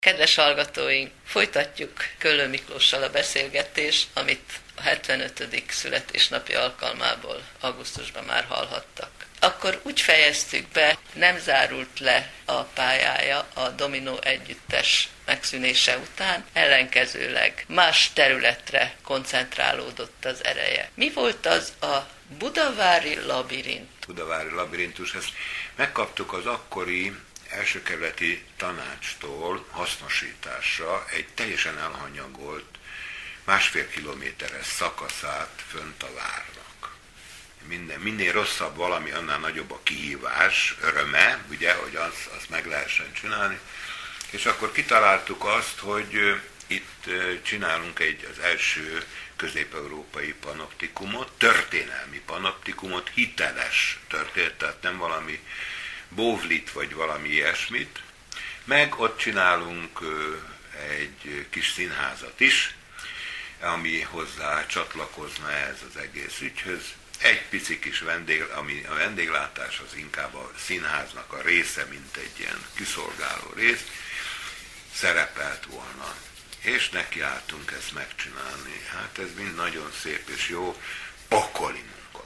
Kedves hallgatóink, folytatjuk Köllő Miklóssal a beszélgetést, amit a 75. születésnapi alkalmából augusztusban már hallhattak. Akkor úgy fejeztük be, nem zárult le a pályája a Dominó együttes megszűnése után, ellenkezőleg más területre koncentrálódott az ereje. Mi volt az a budavári labirint? Budavári labirintus, ezt megkaptuk az akkori elsőkerületi tanácstól hasznosításra egy teljesen elhanyagolt, 1,5 kilométeres szakaszát fönt a várnak. Minél rosszabb valami, annál nagyobb a kihívás, öröme, ugye, hogy azt meg lehessen csinálni. És akkor kitaláltuk azt, hogy itt csinálunk az első közép-európai panoptikumot, történelmi panoptikumot, hiteles történet, tehát nem valami bóvlit vagy valami ilyesmit, meg ott csinálunk egy kis színházat is, ami hozzá csatlakozna ez az egész ügyhöz. Egy pici kis ami a vendéglátás az inkább a színháznak a része, mint egy ilyen kiszolgáló rész, szerepelt volna. És nekiálltunk ezt megcsinálni. Hát ez mind nagyon szép és jó, pokoli munka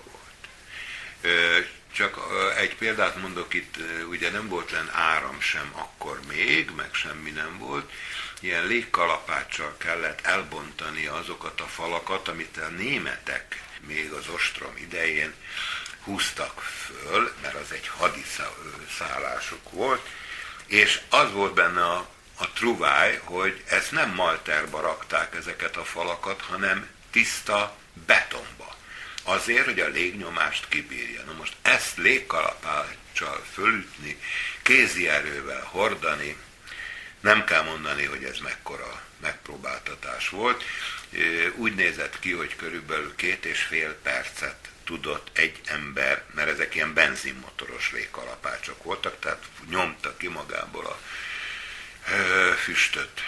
volt. Csak egy példát mondok itt, ugye nem volt len áram sem akkor még, meg semmi nem volt. Ilyen légkalapáccsal kellett elbontani azokat a falakat, amit a németek még az ostrom idején húztak föl, mert az egy hadiszállásuk volt, és az volt benne a truváj, hogy ezt nem malterba rakták ezeket a falakat, hanem tiszta betonba. Azért, hogy a légnyomást kibírja. Na most ezt légkalapáccsal fölütni, kézi erővel hordani, nem kell mondani, hogy ez mekkora megpróbáltatás volt. Úgy nézett ki, hogy körülbelül 2,5 percet tudott egy ember, mert ezek ilyen benzinmotoros légkalapácsok voltak, tehát nyomta ki magából a füstöt.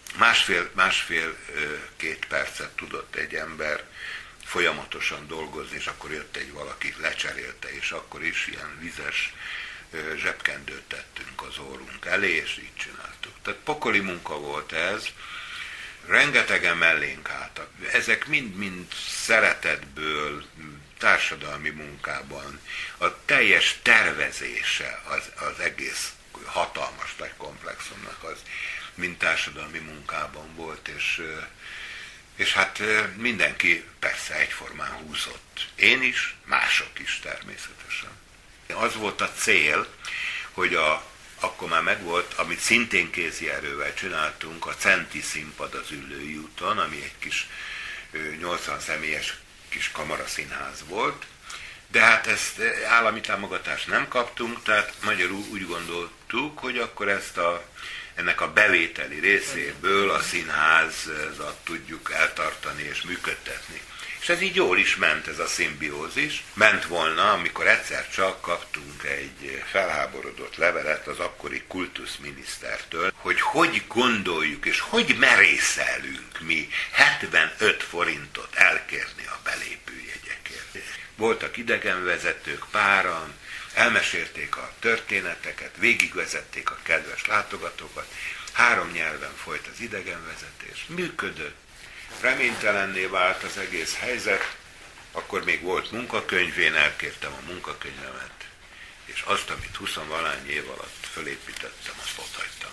Másfél-két percet tudott egy ember folyamatosan dolgozni, és akkor jött egy valaki, lecserélte, és akkor is ilyen vizes zsebkendőt tettünk az orrunk elé, és így csináltuk. Tehát pokoli munka volt ez, rengetegen mellénk álltak. Ezek mind szeretetből, társadalmi munkában, a teljes tervezése az egész hatalmas nagy komplexumnak az mind társadalmi munkában volt, és hát mindenki persze egyformán húzott. Én is, mások is természetesen. Az volt a cél, hogy akkor már megvolt, amit szintén kézi erővel csináltunk, a Centi színpad az Üllői úton, ami egy kis 80 személyes kis kamaraszínház volt, de hát ezt állami támogatást nem kaptunk, tehát magyarul úgy gondoltuk, hogy akkor ennek a bevételi részéből a színházat tudjuk eltartani és működtetni. És ez így jól is ment, ez a szimbiózis. Ment volna, amikor egyszer csak kaptunk egy felháborodott levelet az akkori kultuszminisztertől, hogy gondoljuk és hogy merészelünk mi 75 forintot elkérni a belépőjegyekért. Voltak idegenvezetők páran, elmesélték a történeteket, végigvezették a kedves látogatókat, 3 nyelven folyt az idegenvezetés, működött, reménytelenné vált az egész helyzet, akkor még volt munkakönyv, én elkértem a munkakönyvemet, és azt, amit 20-valány év alatt fölépítettem, azt ott hagytam.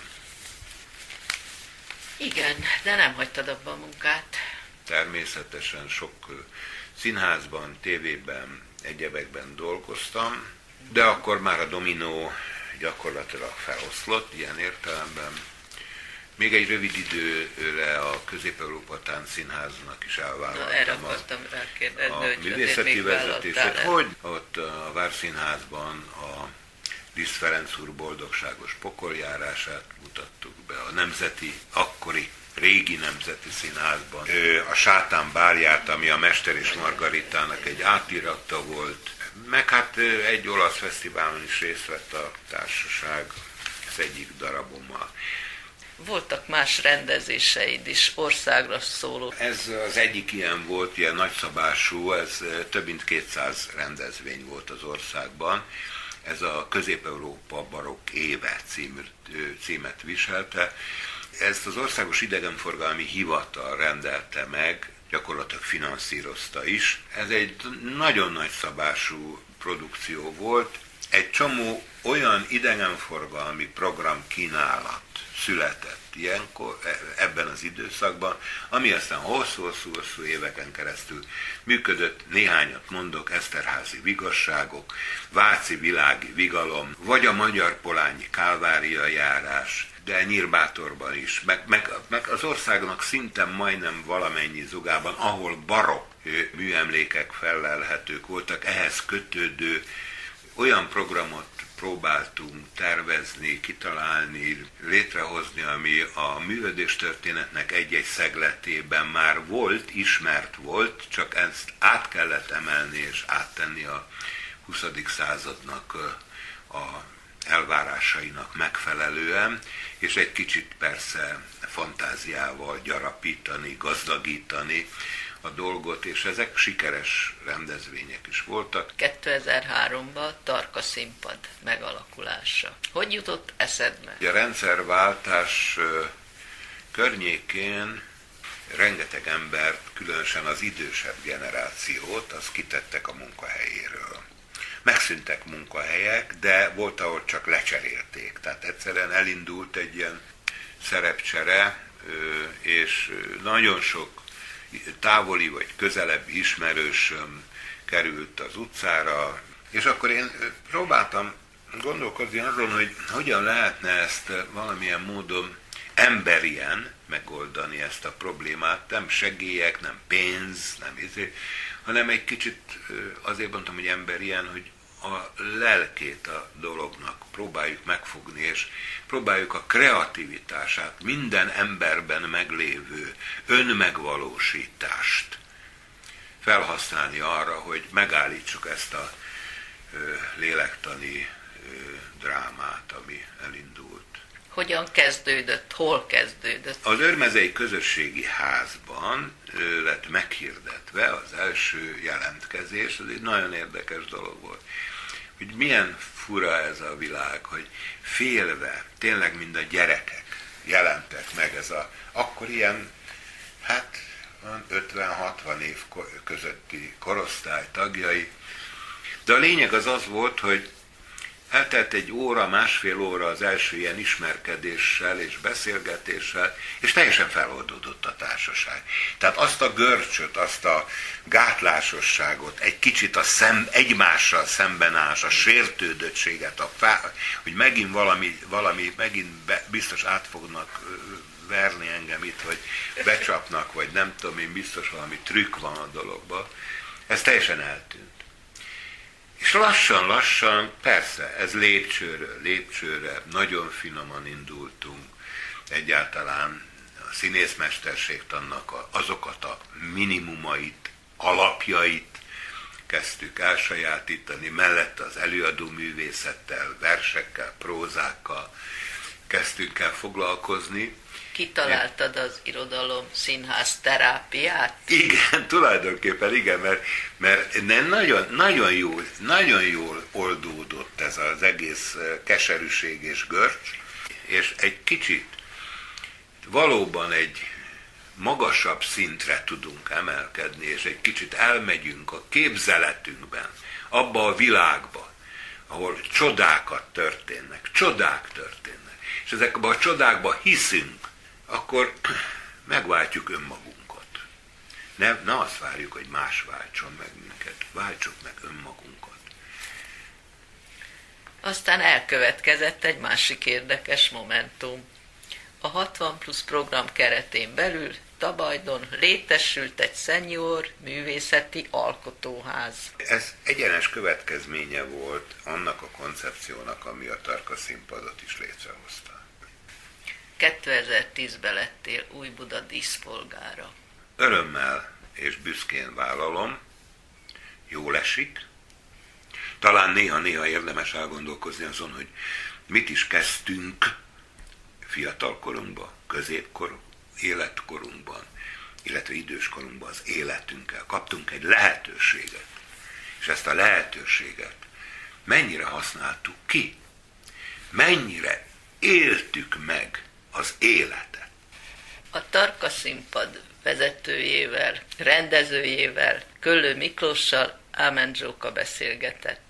Igen, de nem hagytad abba a munkát. Természetesen sok színházban, tévében, egyebekben dolgoztam, de akkor már a Dominó gyakorlatilag feloszlott ilyen értelemben. Még egy rövid időre a Közép-Európa Táncszínháznak is elvállaltam a művészeti vezetését, hogy ott a Várszínházban a Liszt Ferenc úr boldogságos pokoljárását mutattuk be, a akkori régi Nemzeti Színházban, a Sátán bárját, ami a Mester és Margaritának egy átiratta volt, meg hát egy olasz fesztiválon is részt vett a társaság az egyik darabommal. Voltak más rendezéseid is, országra szóló. Ez az egyik ilyen volt, ilyen nagyszabású, ez több mint 200 rendezvény volt az országban. Ez a Közép-Európa barokk éve címet viselte. ezt az Országos Idegenforgalmi Hivatal rendelte meg, gyakorlatilag finanszírozta is. Ez egy nagyon nagy szabású produkció volt. Egy csomó olyan idegenforgalmi program kínálat született ilyenkor, ebben az időszakban, ami aztán hosszú-hosszú éveken keresztül működött. Néhányat mondok: Eszterházi vigasságok, Váci világi vigalom, vagy a magyar-polányi kálvária járás, de Nyírbátorban is, meg az országnak szinte majdnem valamennyi zugában, ahol barokk műemlékek fellelhetők voltak, ehhez kötődő olyan programot próbáltunk tervezni, kitalálni, létrehozni, ami a művelődéstörténetnek egy-egy szegletében már volt, ismert volt, csak ezt át kellett emelni és áttenni a 20. századnak a elvárásainak megfelelően, és egy kicsit persze fantáziával gyarapítani, gazdagítani a dolgot, és ezek sikeres rendezvények is voltak. 2003-ban Tarka Színpad megalakulása. Hogy jutott eszedbe? A rendszerváltás környékén rengeteg embert, különösen az idősebb generációt, azt kitettek a munkahelyéről. Megszűntek munkahelyek, de volt, ahol csak lecserélték. Tehát egyszerűen elindult egy ilyen szerepcsere, és nagyon sok távoli vagy közelebb ismerősöm került az utcára, és akkor én próbáltam gondolkozni azon, hogy hogyan lehetne ezt valamilyen módon emberien megoldani, ezt a problémát, nem segélyek, nem pénz, hanem egy kicsit azért mondtam, hogy emberien, hogy a lelkét a dolognak próbáljuk megfogni, és próbáljuk a kreativitását, minden emberben meglévő önmegvalósítást felhasználni arra, hogy megállítsuk ezt a lélektani drámát, ami elindult. Hogyan kezdődött? Hol kezdődött? Az Őrmezei Közösségi Házban lett meghirdetve az első jelentkezés. Ez egy nagyon érdekes dolog volt. Hogy milyen fura ez a világ, hogy félve, tényleg mind a gyerekek jelentek meg, ez akkor ilyen, 50-60 év közötti korosztály tagjai. De a lényeg az volt, hogy eltelt egy óra, másfél óra az első ilyen ismerkedéssel és beszélgetéssel, és teljesen feloldódott a társaság. Tehát azt a görcsöt, azt a gátlásosságot, egy kicsit egymással szembenállás, a sértődöttséget, hogy megint valami biztos át fognak verni engem itt, vagy becsapnak, vagy nem tudom én, biztos valami trükk van a dologban. Ez teljesen eltűnt. És lassan, persze, ez lépcsőről lépcsőre, nagyon finoman indultunk, egyáltalán a színészmesterségtannak azokat a minimumait, alapjait kezdtük elsajátítani, mellette az előadó művészettel, versekkel, prózákkal kezdtünk el foglalkozni. Kitaláltad az irodalom színház terápiát? Igen, tulajdonképpen igen, mert nagyon jól oldódott ez az egész keserűség és görcs, és egy kicsit valóban egy magasabb szintre tudunk emelkedni, és egy kicsit elmegyünk a képzeletünkben, abba a világba, ahol csodák történnek, és ezekben a csodákban hiszünk, akkor megváltjuk önmagunkat. Ne azt várjuk, hogy más váltson meg minket, váltsuk meg önmagunkat. Aztán elkövetkezett egy másik érdekes momentum. A 60 plusz program keretén belül Tabajdon létesült egy senior művészeti alkotóház. Ez egyenes következménye volt annak a koncepciónak, ami a Tarka Színpadot is létrehozta. 2010-ben lettél Újbuda díszpolgára. Örömmel és büszkén vállalom, jól esik. Talán néha érdemes elgondolkozni azon, hogy mit is kezdtünk fiatalkorunkban, középkor, életkorunkban, illetve időskorunkban az életünkkel. Kaptunk egy lehetőséget, és ezt a lehetőséget mennyire használtuk ki, mennyire éltük meg az életet. A Tarka Színpad vezetőjével, rendezőjével, Köllő Miklóssal Ámen Zsóka beszélgetett.